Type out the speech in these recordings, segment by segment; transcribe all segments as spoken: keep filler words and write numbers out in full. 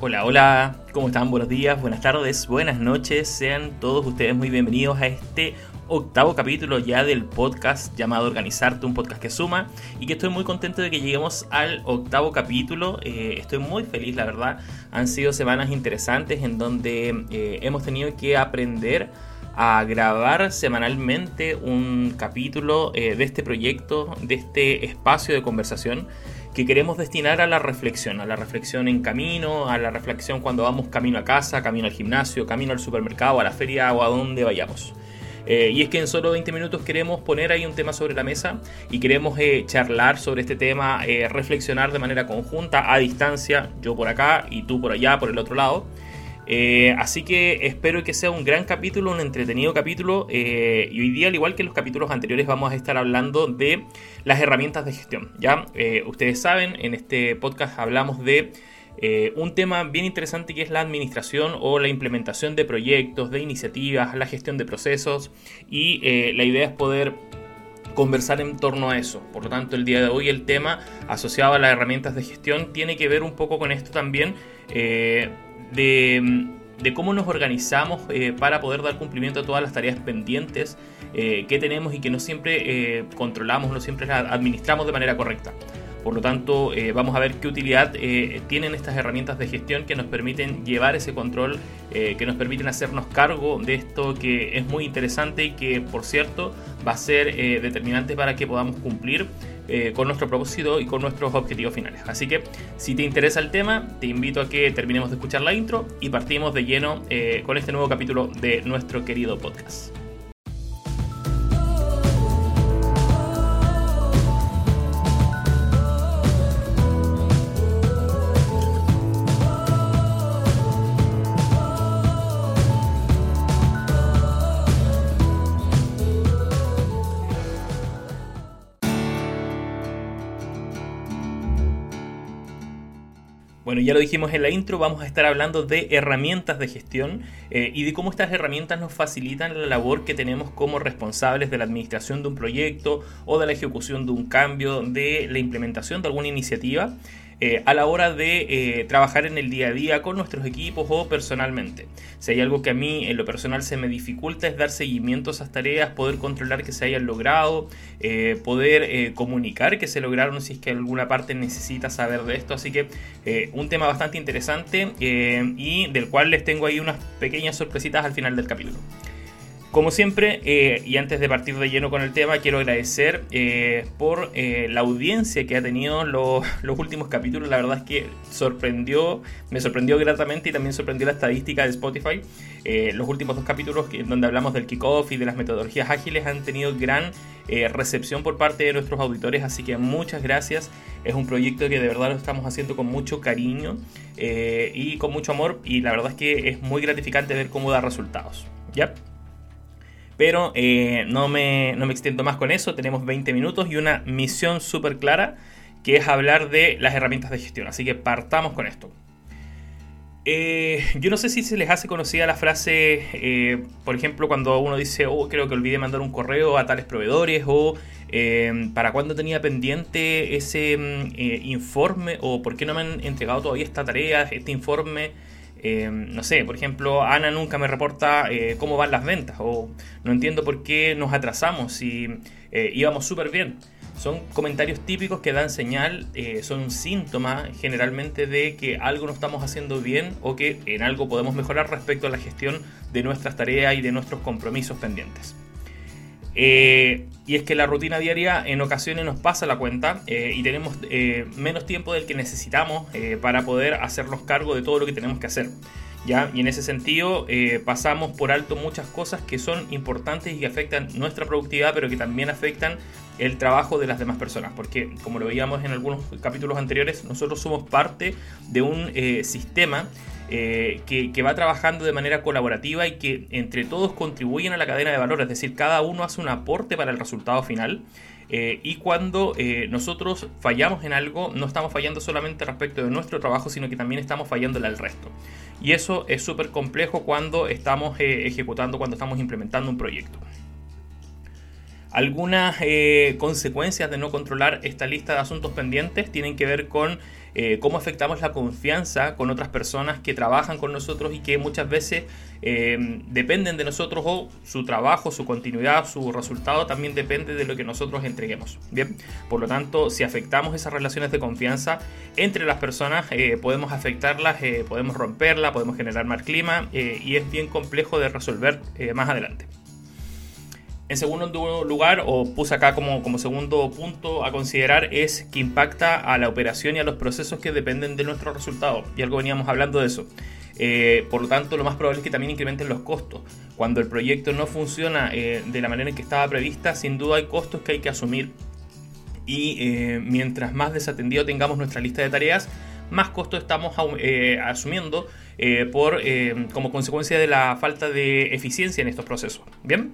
Hola, hola, ¿cómo están? Buenos días, buenas tardes, buenas noches. Sean todos ustedes muy bienvenidos a este octavo capítulo ya del podcast llamado Organizarte, un podcast que suma, y que estoy muy contento de que lleguemos al octavo capítulo. Eh, estoy muy feliz, la verdad. Han sido semanas interesantes en donde eh, hemos tenido que aprender a grabar semanalmente un capítulo eh, de este proyecto, de este espacio de conversación que queremos destinar a la reflexión, a la reflexión en camino, a la reflexión cuando vamos camino a casa, camino al gimnasio, camino al supermercado, a la feria o a donde vayamos. Eh, y es que en solo veinte minutos queremos poner ahí un tema sobre la mesa y queremos eh, charlar sobre este tema, eh, reflexionar de manera conjunta, a distancia, yo por acá y tú por allá, por el otro lado. Eh, así que espero que sea un gran capítulo, un entretenido capítulo, eh, y hoy día, al igual que en los capítulos anteriores, vamos a estar hablando de las herramientas de gestión. Ya eh, ustedes saben, en este podcast hablamos de eh, un tema bien interesante que es la administración o la implementación de proyectos, de iniciativas, la gestión de procesos, y eh, la idea es poder conversar en torno a eso. Por lo tanto, el día de hoy el tema asociado a las herramientas de gestión tiene que ver un poco con esto también, eh, De, de cómo nos organizamos eh, para poder dar cumplimiento a todas las tareas pendientes eh, que tenemos y que no siempre eh, controlamos, no siempre las administramos de manera correcta. Por lo tanto, eh, vamos a ver qué utilidad eh, tienen estas herramientas de gestión que nos permiten llevar ese control, eh, que nos permiten hacernos cargo de esto que es muy interesante y que, por cierto, va a ser eh, determinante para que podamos cumplir eh, con nuestro propósito y con nuestros objetivos finales. Así que, si te interesa el tema, te invito a que terminemos de escuchar la intro y partimos de lleno eh, con este nuevo capítulo de nuestro querido podcast. Bueno, ya lo dijimos en la intro, vamos a estar hablando de herramientas de gestión eh, y de cómo estas herramientas nos facilitan la labor que tenemos como responsables de la administración de un proyecto o de la ejecución de un cambio, de la implementación de alguna iniciativa eh, a la hora de eh, trabajar en el día a día con nuestros equipos o personalmente. Si hay algo que a mí en lo personal se me dificulta es dar seguimiento a esas tareas, poder controlar que se hayan logrado, eh, poder eh, comunicar que se lograron si es que alguna parte necesita saber de esto. Así que eh, un tema bastante interesante eh, y del cual les tengo ahí unas pequeñas sorpresitas al final del capítulo. Como siempre, eh, y antes de partir de lleno con el tema, quiero agradecer eh, por eh, la audiencia que ha tenido lo, los últimos capítulos. La verdad es que sorprendió, me sorprendió gratamente y también sorprendió la estadística de Spotify. Eh, los últimos dos capítulos que, donde hablamos del kickoff y de las metodologías ágiles han tenido gran eh, recepción por parte de nuestros auditores, así que muchas gracias. Es un proyecto que de verdad lo estamos haciendo con mucho cariño eh, y con mucho amor, y la verdad es que es muy gratificante ver cómo da resultados. ¿Ya? Pero eh, no, me, no me extiendo más con eso. Tenemos veinte minutos y una misión súper clara, que es hablar de las herramientas de gestión. Así que partamos con esto. Eh, yo no sé si se les hace conocida la frase, eh, por ejemplo, cuando uno dice, oh, creo que olvidé mandar un correo a tales proveedores, o eh, para cuándo tenía pendiente ese eh, informe, o por qué no me han entregado todavía esta tarea, este informe. Eh, no sé, por ejemplo, Ana nunca me reporta eh, cómo van las ventas, o no entiendo por qué nos atrasamos si eh, íbamos súper bien. Son comentarios típicos que dan señal, eh, son un síntoma generalmente de que algo no estamos haciendo bien o que en algo podemos mejorar respecto a la gestión de nuestras tareas y de nuestros compromisos pendientes. Eh, y es que la rutina diaria en ocasiones nos pasa la cuenta eh, y tenemos eh, menos tiempo del que necesitamos eh, para poder hacernos cargo de todo lo que tenemos que hacer, ¿ya? Y en ese sentido eh, pasamos por alto muchas cosas que son importantes y que afectan nuestra productividad, pero que también afectan el trabajo de las demás personas, porque como lo veíamos en algunos capítulos anteriores, nosotros somos parte de un eh, sistema Eh, que, que va trabajando de manera colaborativa y que entre todos contribuyen a la cadena de valor, es decir, cada uno hace un aporte para el resultado final, eh, y cuando eh, nosotros fallamos en algo, no estamos fallando solamente respecto de nuestro trabajo, sino que también estamos fallándole al resto, y eso es súper complejo cuando estamos eh, ejecutando, cuando estamos implementando un proyecto. Algunas eh, consecuencias de no controlar esta lista de asuntos pendientes tienen que ver con eh, cómo afectamos la confianza con otras personas que trabajan con nosotros y que muchas veces eh, dependen de nosotros, o su trabajo, su continuidad, su resultado también depende de lo que nosotros entreguemos. Bien, por lo tanto, si afectamos esas relaciones de confianza entre las personas, eh, podemos afectarlas, eh, podemos romperlas, podemos generar mal clima eh, y es bien complejo de resolver eh, más adelante. En segundo lugar, o puse acá como, como segundo punto a considerar, es que impacta a la operación y a los procesos que dependen de nuestro resultado. Y algo veníamos hablando de eso. Eh, por lo tanto, lo más probable es que también incrementen los costos. Cuando el proyecto no funciona eh, de la manera en que estaba prevista, sin duda hay costos que hay que asumir. Y eh, mientras más desatendido tengamos nuestra lista de tareas, más costos estamos eh, asumiendo eh, por, eh, como consecuencia de la falta de eficiencia en estos procesos. ¿Bien?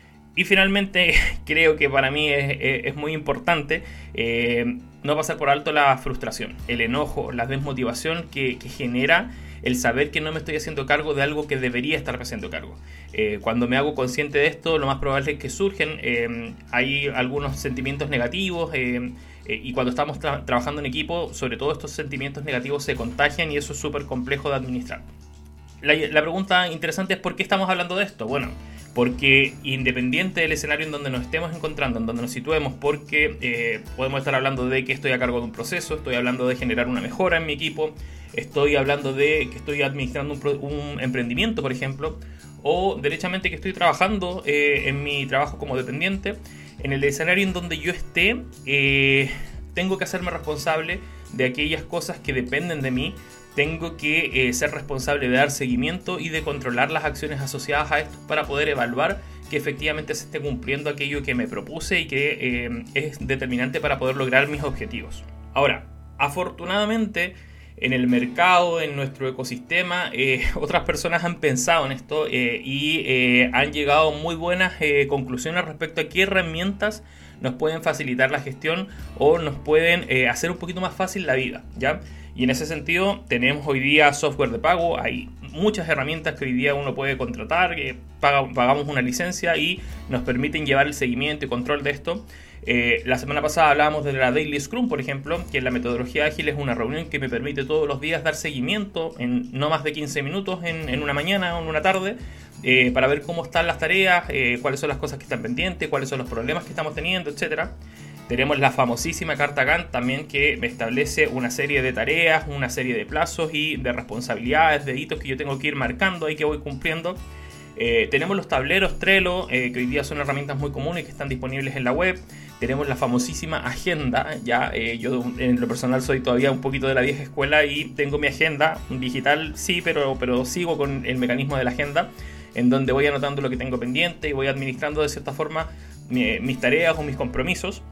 Y finalmente, creo que para mí es, es muy importante eh, no pasar por alto la frustración, el enojo, la desmotivación que, que genera el saber que no me estoy haciendo cargo de algo que debería estarme haciendo cargo. Eh, cuando me hago consciente de esto, lo más probable es que surgen eh, hay algunos sentimientos negativos eh, eh, y cuando estamos tra- trabajando en equipo, sobre todo estos sentimientos negativos se contagian y eso es súper complejo de administrar. La, la pregunta interesante es ¿por qué estamos hablando de esto? Bueno, porque independiente del escenario en donde nos estemos encontrando, en donde nos situemos, porque eh, podemos estar hablando de que estoy a cargo de un proceso, estoy hablando de generar una mejora en mi equipo, estoy hablando de que estoy administrando un, un emprendimiento, por ejemplo, o derechamente que estoy trabajando eh, en mi trabajo como dependiente. En el escenario en donde yo esté, eh, tengo que hacerme responsable de aquellas cosas que dependen de mí. Tengo que eh, ser responsable de dar seguimiento y de controlar las acciones asociadas a esto para poder evaluar que efectivamente se esté cumpliendo aquello que me propuse y que eh, es determinante para poder lograr mis objetivos. Ahora, afortunadamente en el mercado, en nuestro ecosistema, eh, otras personas han pensado en esto eh, y eh, han llegado a muy buenas eh, conclusiones respecto a qué herramientas nos pueden facilitar la gestión o nos pueden eh, hacer un poquito más fácil la vida, ¿ya? Y en ese sentido tenemos hoy día software de pago, hay muchas herramientas que hoy día uno puede contratar, que paga, pagamos una licencia y nos permiten llevar el seguimiento y control de esto. Eh, la semana pasada hablábamos de la Daily Scrum, por ejemplo, que en la metodología ágil es una reunión que me permite todos los días dar seguimiento en no más de quince minutos en, en una mañana o en una tarde eh, para ver cómo están las tareas, eh, cuáles son las cosas que están pendientes, cuáles son los problemas que estamos teniendo, etcétera. Tenemos la famosísima carta Gantt también, que me establece una serie de tareas, una serie de plazos y de responsabilidades, de hitos que yo tengo que ir marcando y que voy cumpliendo. Eh, tenemos los tableros Trello, eh, que hoy día son herramientas muy comunes que están disponibles en la web. Tenemos la famosísima agenda. Ya eh, yo en lo personal soy todavía un poquito de la vieja escuela y tengo mi agenda digital, sí, pero, pero sigo con el mecanismo de la agenda, en donde voy anotando lo que tengo pendiente y voy administrando de cierta forma mi, mis tareas o mis compromisos.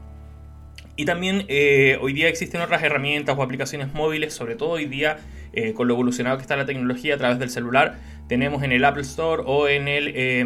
Y también eh, hoy día existen otras herramientas o aplicaciones móviles, sobre todo hoy día eh, con lo evolucionado que está la tecnología a través del celular. Tenemos en el Apple Store o en el, eh,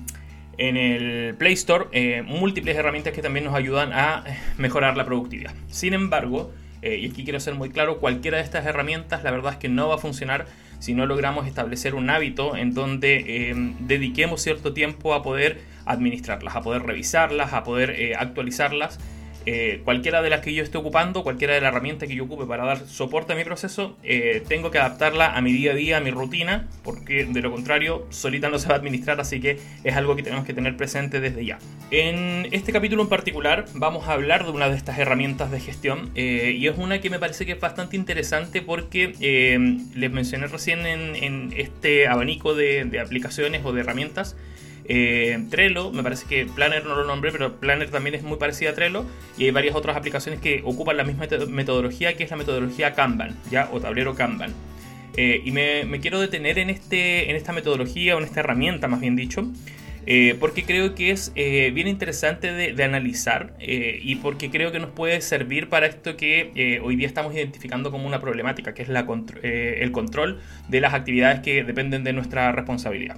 en el Play Store eh, múltiples herramientas que también nos ayudan a mejorar la productividad. Sin embargo, eh, y aquí quiero ser muy claro, cualquiera de estas herramientas la verdad es que no va a funcionar si no logramos establecer un hábito en donde eh, dediquemos cierto tiempo a poder administrarlas, a poder revisarlas, a poder eh, actualizarlas. Eh, cualquiera de las que yo esté ocupando, cualquiera de las herramientas que yo ocupe para dar soporte a mi proceso, eh, tengo que adaptarla a mi día a día, a mi rutina, porque de lo contrario solita no se va a administrar, así que es algo que tenemos que tener presente desde ya. En este capítulo en particular vamos a hablar de una de estas herramientas de gestión eh, y es una que me parece que es bastante interesante porque eh, les mencioné recién en, en este abanico de, de aplicaciones o de herramientas. Eh, Trello, me parece que Planner no lo nombré, pero Planner también es muy parecida a Trello, y hay varias otras aplicaciones que ocupan la misma metodología, que es la metodología Kanban, ¿ya? O tablero Kanban. Eh, y me, me quiero detener en, este, en esta metodología, o en esta herramienta más bien dicho, eh, porque creo que es eh, bien interesante de, de analizar eh, y porque creo que nos puede servir para esto que eh, hoy día estamos identificando como una problemática, que es la, eh, el control de las actividades que dependen de nuestra responsabilidad.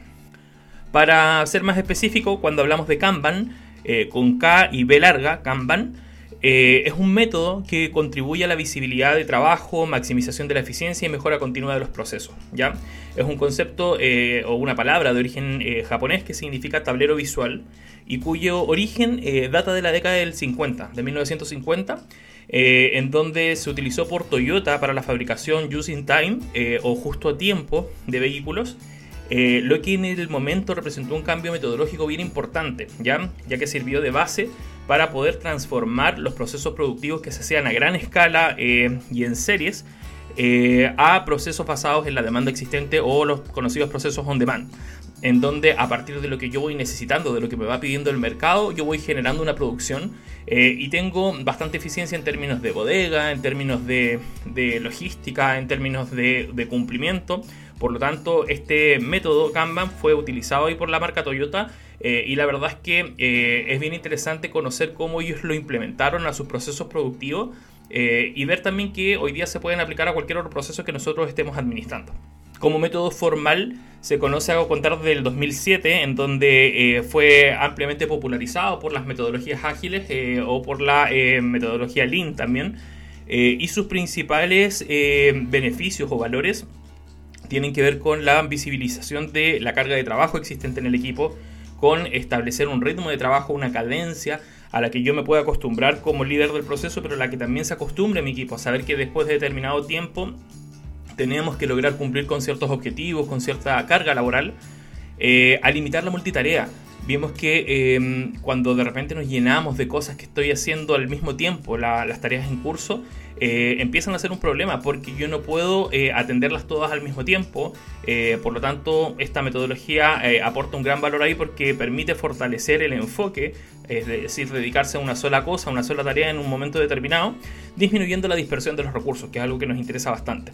Para ser más específico, cuando hablamos de Kanban, eh, con K y B larga, Kanban, Eh, es un método que contribuye a la visibilidad de trabajo, maximización de la eficiencia y mejora continua de los procesos, ¿ya? Es un concepto eh, o una palabra de origen eh, japonés que significa tablero visual y cuyo origen eh, data de la década del cincuenta, de mil novecientos cincuenta, eh, en donde se utilizó por Toyota para la fabricación just in time eh, o justo a tiempo de vehículos. Eh, lo que en el momento representó un cambio metodológico bien importante, ¿ya? ya que sirvió de base para poder transformar los procesos productivos que se hacían a gran escala eh, y en series eh, a procesos basados en la demanda existente o los conocidos procesos on demand, en donde a partir de lo que yo voy necesitando, de lo que me va pidiendo el mercado, yo voy generando una producción eh, y tengo bastante eficiencia en términos de bodega, en términos de, de logística, en términos de, de cumplimiento. Por lo tanto, este método Kanban fue utilizado ahí por la marca Toyota eh, y la verdad es que eh, es bien interesante conocer cómo ellos lo implementaron a sus procesos productivos eh, y ver también que hoy día se pueden aplicar a cualquier otro proceso que nosotros estemos administrando. Como método formal se conoce a contar del dos mil siete, en donde eh, fue ampliamente popularizado por las metodologías ágiles eh, o por la eh, metodología Lean también, eh, y sus principales eh, beneficios o valores tienen que ver con la visibilización de la carga de trabajo existente en el equipo, con establecer un ritmo de trabajo, una cadencia a la que yo me pueda acostumbrar como líder del proceso, pero a la que también se acostumbre mi equipo a saber que después de determinado tiempo tenemos que lograr cumplir con ciertos objetivos, con cierta carga laboral, eh, a limitar la multitarea. Vimos que eh, cuando de repente nos llenamos de cosas que estoy haciendo al mismo tiempo, la, las tareas en curso, eh, empiezan a ser un problema porque yo no puedo eh, atenderlas todas al mismo tiempo. Eh, por lo tanto, esta metodología eh, aporta un gran valor ahí porque permite fortalecer el enfoque, es decir, dedicarse a una sola cosa, a una sola tarea en un momento determinado, disminuyendo la dispersión de los recursos, que es algo que nos interesa bastante.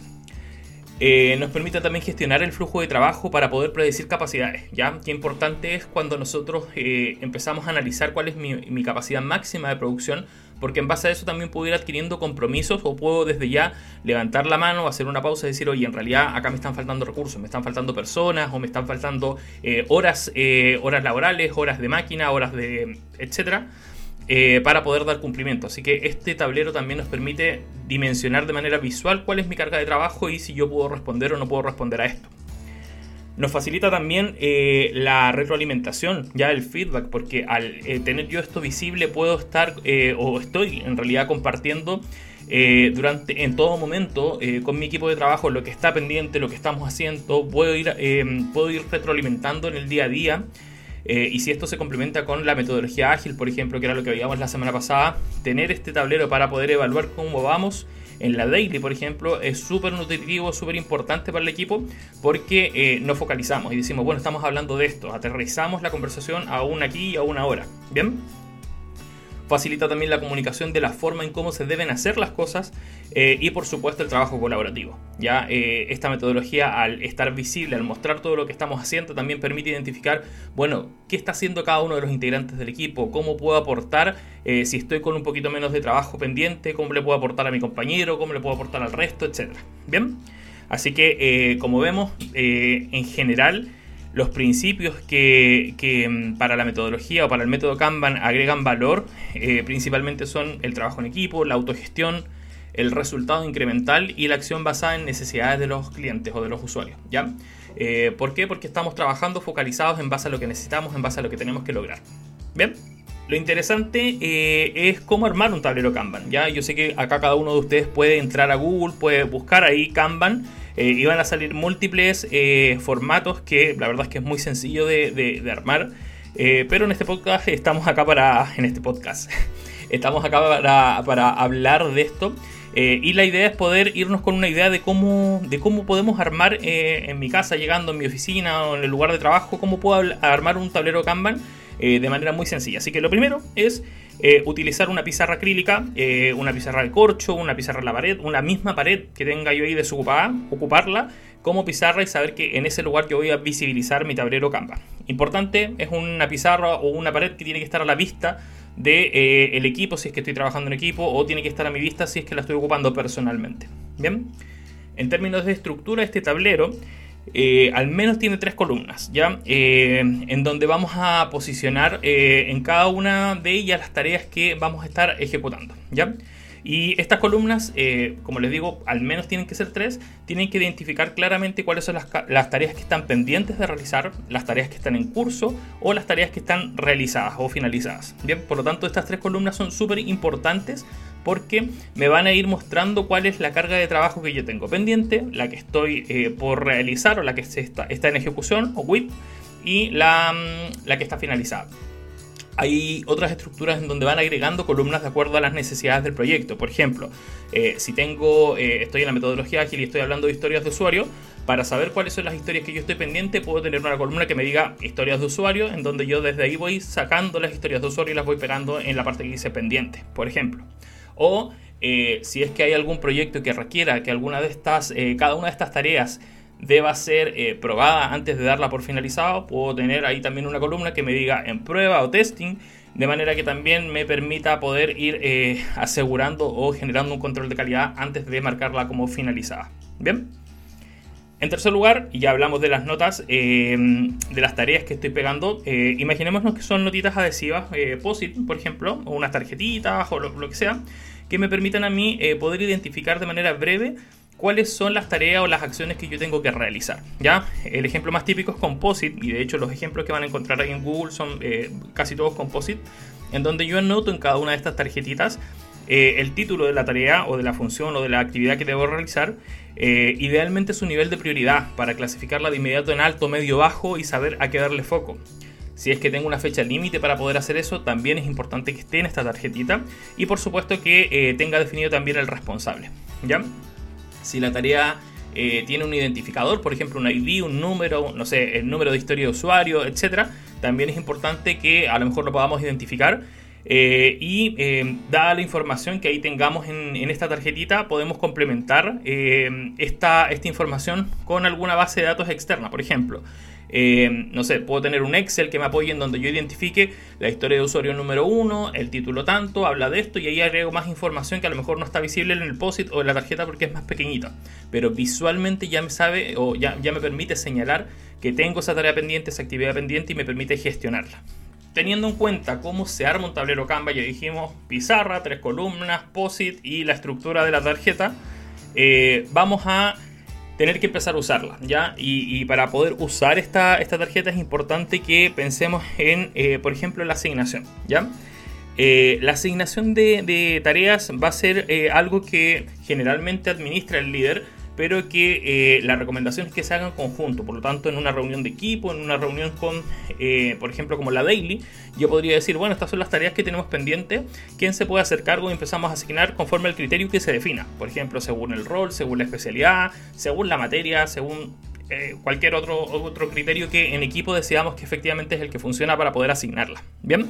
Eh, nos permite también gestionar el flujo de trabajo para poder predecir capacidades, ¿ya? Qué importante es cuando nosotros eh, empezamos a analizar cuál es mi, mi capacidad máxima de producción, porque en base a eso también puedo ir adquiriendo compromisos o puedo desde ya levantar la mano, hacer una pausa y decir, oye, en realidad acá me están faltando recursos, me están faltando personas o me están faltando eh, horas, eh, horas laborales, horas de máquina, horas de etcétera. Eh, para poder dar cumplimiento. Así que este tablero también nos permite dimensionar de manera visual cuál es mi carga de trabajo y si yo puedo responder o no puedo responder a esto. Nos facilita también eh, la retroalimentación, ya el feedback, porque al eh, tener yo esto visible puedo estar eh, o estoy en realidad compartiendo eh, durante en todo momento eh, con mi equipo de trabajo lo que está pendiente, lo que estamos haciendo, puedo ir, eh, puedo ir retroalimentando en el día a día. Eh, y si esto se complementa con la metodología ágil, por ejemplo, que era lo que veíamos la semana pasada, tener este tablero para poder evaluar cómo vamos en la daily, por ejemplo, es súper nutritivo, súper importante para el equipo porque eh, nos focalizamos y decimos, bueno, estamos hablando de esto, aterrizamos la conversación a una aquí y a una hora, ¿bien? Facilita también la comunicación de la forma en cómo se deben hacer las cosas eh, y por supuesto el trabajo colaborativo. Ya eh, esta metodología, al estar visible, al mostrar todo lo que estamos haciendo, también permite identificar, bueno, qué está haciendo cada uno de los integrantes del equipo, cómo puedo aportar, eh, si estoy con un poquito menos de trabajo pendiente, cómo le puedo aportar a mi compañero, cómo le puedo aportar al resto, etcétera. Bien, así que eh, como vemos, eh, en general, los principios que, que para la metodología o para el método Kanban agregan valor eh, principalmente son el trabajo en equipo, la autogestión, el resultado incremental y la acción basada en necesidades de los clientes o de los usuarios, ¿ya? Eh, ¿Por qué? Porque estamos trabajando focalizados en base a lo que necesitamos, en base a lo que tenemos que lograr. Bien, lo interesante eh, es cómo armar un tablero Kanban, ¿ya? Yo sé que acá cada uno de ustedes puede entrar a Google, puede buscar ahí Kanban. Eh, y van a salir múltiples eh, formatos que la verdad es que es muy sencillo de, de, de armar, eh, pero en este podcast estamos acá para en este podcast estamos acá para, para hablar de esto eh, y la idea es poder irnos con una idea de cómo, de cómo podemos armar eh, en mi casa, llegando en mi oficina o en el lugar de trabajo, cómo puedo armar un tablero Kanban eh, de manera muy sencilla. Así que lo primero es Eh, utilizar una pizarra acrílica, eh, una pizarra de corcho, una pizarra en la pared, una misma pared que tenga yo ahí desocupada, ocuparla como pizarra y saber que en ese lugar yo voy a visibilizar mi tablero Kanban. Importante, es una pizarra o una pared que tiene que estar a la vista del de, eh, equipo si es que estoy trabajando en equipo, o tiene que estar a mi vista si es que la estoy ocupando personalmente. Bien, en términos de estructura, este tablero eh, al menos tiene tres columnas, ¿ya? Eh, en donde vamos a posicionar eh, en cada una de ellas las tareas que vamos a estar ejecutando, ¿ya? Y estas columnas, eh, como les digo, al menos tienen que ser tres, tienen que identificar claramente cuáles son las, las tareas que están pendientes de realizar, las tareas que están en curso o las tareas que están realizadas o finalizadas. Bien, por lo tanto, estas tres columnas son súper importantes porque me van a ir mostrando cuál es la carga de trabajo que yo tengo pendiente, la que estoy eh, por realizar o la que está, está en ejecución o W I P y la, la que está finalizada. Hay otras estructuras en donde van agregando columnas de acuerdo a las necesidades del proyecto. Por ejemplo, eh, si tengo, eh, estoy en la metodología ágil y estoy hablando de historias de usuario, para saber cuáles son las historias que yo estoy pendiente, puedo tener una columna que me diga historias de usuario, en donde yo desde ahí voy sacando las historias de usuario y las voy pegando en la parte que dice pendiente, por ejemplo. O eh, si es que hay algún proyecto que requiera que alguna de estas, eh, cada una de estas tareas deba ser eh, probada antes de darla por finalizado, puedo tener ahí también una columna que me diga en prueba o testing, de manera que también me permita poder ir eh, asegurando o generando un control de calidad antes de marcarla como finalizada. Bien. En tercer lugar, ya hablamos de las notas, eh, de las tareas que estoy pegando. Eh, imaginémonos que son notitas adhesivas, eh, post-it, por ejemplo, o unas tarjetitas o lo, lo que sea, que me permitan a mí eh, poder identificar de manera breve cuáles son las tareas o las acciones que yo tengo que realizar, ¿ya? El ejemplo más típico es Composite, y de hecho los ejemplos que van a encontrar ahí en Google son eh, casi todos Composite, en donde yo anoto en cada una de estas tarjetitas eh, el título de la tarea o de la función o de la actividad que debo realizar, eh, idealmente su nivel de prioridad para clasificarla de inmediato en alto, medio, bajo y saber a qué darle foco. Si es que tengo una fecha límite para poder hacer eso, también es importante que esté en esta tarjetita, y por supuesto que eh, tenga definido también el responsable, ¿ya? Si la tarea eh, tiene un identificador, por ejemplo un I D, un número, no sé, el número de historia de usuario, etcétera, también es importante que a lo mejor lo podamos identificar eh, y eh, dada la información que ahí tengamos en, en esta tarjetita, podemos complementar eh, esta, esta información con alguna base de datos externa. Por ejemplo, Eh, no sé, puedo tener un Excel que me apoye en donde yo identifique la historia de usuario número uno, el título tanto, habla de esto, y ahí agrego más información que a lo mejor no está visible en el post-it o en la tarjeta porque es más pequeñita, pero visualmente ya me sabe o ya, ya me permite señalar que tengo esa tarea pendiente, esa actividad pendiente, y me permite gestionarla. Teniendo en cuenta cómo se arma un tablero Canva, ya dijimos pizarra, tres columnas, post-it y la estructura de la tarjeta, eh, vamos a tener que empezar a usarla, ¿ya? Y, y para poder usar esta, esta tarjeta es importante que pensemos en, eh, por ejemplo, la asignación, ¿ya? Eh, la asignación de, de tareas va a ser eh, algo que generalmente administra el líder, pero que eh, la recomendación es que se haga en conjunto. Por lo tanto, en una reunión de equipo, en una reunión con, eh, por ejemplo, como la daily, yo podría decir, bueno, estas son las tareas que tenemos pendientes, ¿quién se puede hacer cargo? Y empezamos a asignar conforme al criterio que se defina. Por ejemplo, según el rol, según la especialidad, según la materia, según eh, cualquier otro, otro criterio que en equipo decidamos que efectivamente es el que funciona para poder asignarla. ¿Bien?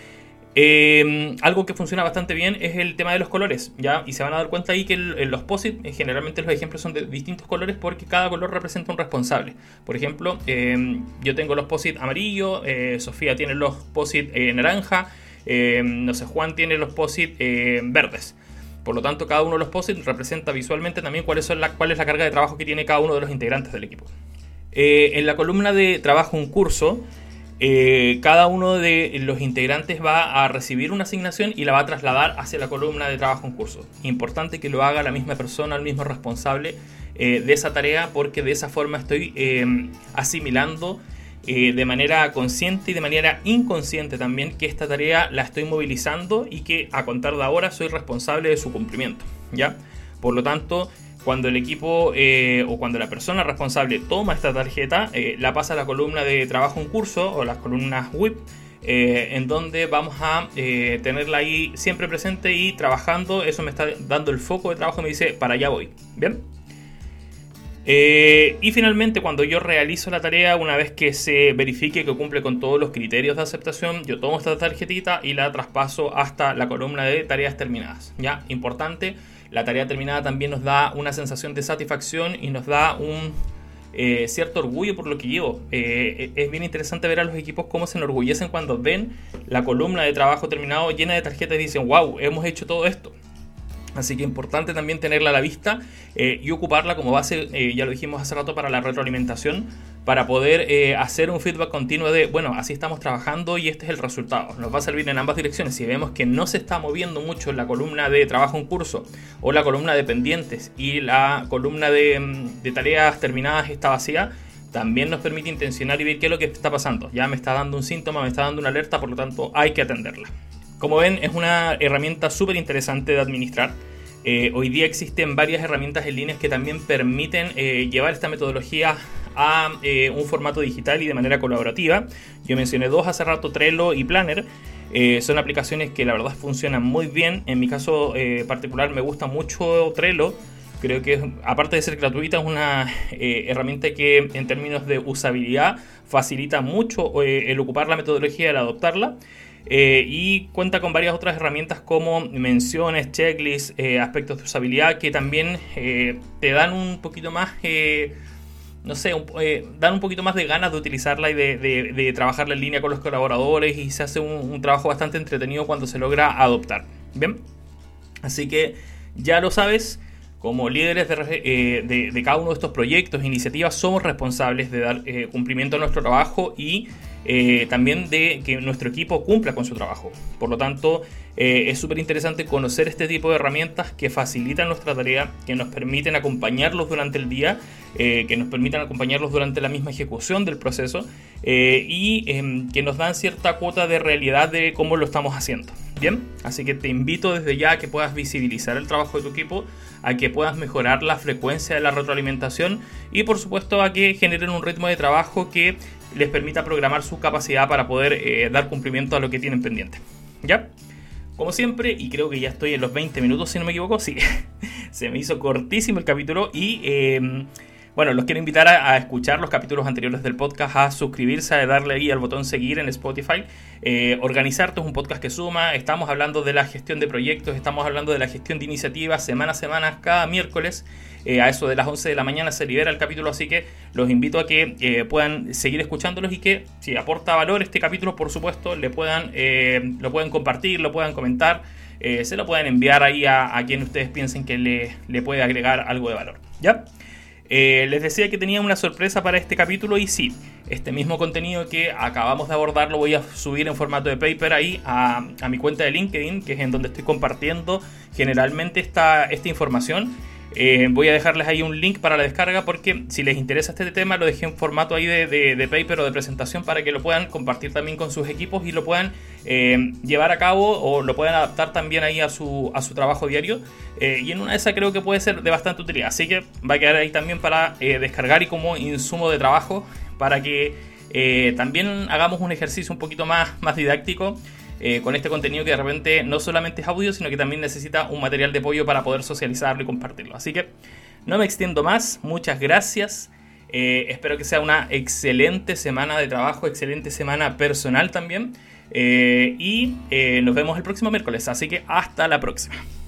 Eh, algo que funciona bastante bien es el tema de los colores, ¿ya? Y se van a dar cuenta ahí que el, en los post-it eh, generalmente los ejemplos son de distintos colores porque cada color representa un responsable. Por ejemplo, eh, yo tengo los post-it amarillo, eh, Sofía tiene los post-it eh, naranja, eh, no sé, Juan tiene los post-it eh, verdes. Por lo tanto, cada uno de los post-it representa visualmente también cuáles son la, cuál es la carga de trabajo que tiene cada uno de los integrantes del equipo. Eh, en la columna de trabajo en curso, Eh, cada uno de los integrantes va a recibir una asignación y la va a trasladar hacia la columna de trabajo en curso. Importante que lo haga la misma persona, el mismo responsable eh, de esa tarea, porque de esa forma estoy eh, asimilando eh, de manera consciente y de manera inconsciente también que esta tarea la estoy movilizando y que a contar de ahora soy responsable de su cumplimiento, ¿ya? Por lo tanto, cuando el equipo eh, o cuando la persona responsable toma esta tarjeta, eh, la pasa a la columna de trabajo en curso o las columnas W I P, eh, en donde vamos a eh, tenerla ahí siempre presente y trabajando. Eso me está dando el foco de trabajo y me dice, para allá voy. ¿Bien? Eh, y finalmente, cuando yo realizo la tarea, una vez que se verifique que cumple con todos los criterios de aceptación, yo tomo esta tarjetita y la traspaso hasta la columna de tareas terminadas. ¿Ya? Importante. La tarea terminada también nos da una sensación de satisfacción y nos da un eh, cierto orgullo por lo que llevo. Eh, es bien interesante ver a los equipos cómo se enorgullecen cuando ven la columna de trabajo terminado llena de tarjetas y dicen, wow, hemos hecho todo esto. Así que importante también tenerla a la vista eh, y ocuparla como base, eh, ya lo dijimos hace rato, para la retroalimentación, para poder eh, hacer un feedback continuo de, bueno, así estamos trabajando y este es el resultado. Nos va a servir en ambas direcciones. Si vemos que no se está moviendo mucho la columna de trabajo en curso o la columna de pendientes y la columna de, de tareas terminadas está vacía, también nos permite intencionar y ver qué es lo que está pasando. Ya me está dando un síntoma, me está dando una alerta, por lo tanto hay que atenderla. Como ven, es una herramienta súper interesante de administrar. Eh, hoy día existen varias herramientas en línea que también permiten eh, llevar esta metodología a eh, un formato digital y de manera colaborativa. Yo mencioné dos hace rato, Trello y Planner. Eh, son aplicaciones que la verdad funcionan muy bien. En mi caso eh, particular me gusta mucho Trello. Creo que aparte de ser gratuita es una eh, herramienta que en términos de usabilidad facilita mucho eh, el ocupar la metodología y el adoptarla. Eh, y cuenta con varias otras herramientas como menciones, checklists, eh, aspectos de usabilidad que también eh, te dan un poquito más, eh, no sé, un, eh, dan un poquito más de ganas de utilizarla y de, de, de trabajarla en línea con los colaboradores, y se hace un, un trabajo bastante entretenido cuando se logra adoptar. Bien, así que ya lo sabes. Como líderes de, eh, de, de cada uno de estos proyectos e iniciativas somos responsables de dar eh, cumplimiento a nuestro trabajo y eh, también de que nuestro equipo cumpla con su trabajo. Por lo tanto, eh, es súper interesante conocer este tipo de herramientas que facilitan nuestra tarea, que nos permiten acompañarlos durante el día, eh, que nos permitan acompañarlos durante la misma ejecución del proceso eh, y eh, que nos dan cierta cuota de realidad de cómo lo estamos haciendo. Bien, así que te invito desde ya a que puedas visibilizar el trabajo de tu equipo, a que puedas mejorar la frecuencia de la retroalimentación y por supuesto a que generen un ritmo de trabajo que les permita programar su capacidad para poder eh, dar cumplimiento a lo que tienen pendiente. ¿Ya? Como siempre, y creo que ya estoy en los veinte minutos si no me equivoco, sí, se me hizo cortísimo el capítulo y... Eh, Bueno, los quiero invitar a, a escuchar los capítulos anteriores del podcast, a suscribirse, a darle ahí al botón seguir en Spotify. Eh, Organizarte es un podcast que suma. Estamos hablando de la gestión de proyectos, estamos hablando de la gestión de iniciativas semana a semana, cada miércoles. Eh, a eso de las once de la mañana se libera el capítulo, así que los invito a que eh, puedan seguir escuchándolos y que si aporta valor este capítulo, por supuesto, le puedan, eh, lo pueden compartir, lo puedan comentar, eh, se lo pueden enviar ahí a, a quien ustedes piensen que le, le puede agregar algo de valor. ¿Ya? Eh, les decía que tenía una sorpresa para este capítulo y sí, este mismo contenido que acabamos de abordar lo voy a subir en formato de paper ahí a, a mi cuenta de LinkedIn, que es en donde estoy compartiendo generalmente esta, esta información. Eh, voy a dejarles ahí un link para la descarga porque si les interesa este tema lo dejé en formato ahí de, de, de paper o de presentación para que lo puedan compartir también con sus equipos y lo puedan eh, llevar a cabo o lo puedan adaptar también ahí a su, a su trabajo diario eh, y en una de esas creo que puede ser de bastante utilidad, así que va a quedar ahí también para eh, descargar y como insumo de trabajo para que eh, también hagamos un ejercicio un poquito más, más didáctico Eh, con este contenido que de repente no solamente es audio, sino que también necesita un material de apoyo para poder socializarlo y compartirlo. Así que no me extiendo más, muchas gracias. Eh, espero que sea una excelente semana de trabajo, excelente semana personal también. Eh, y eh, nos vemos el próximo miércoles, así que hasta la próxima.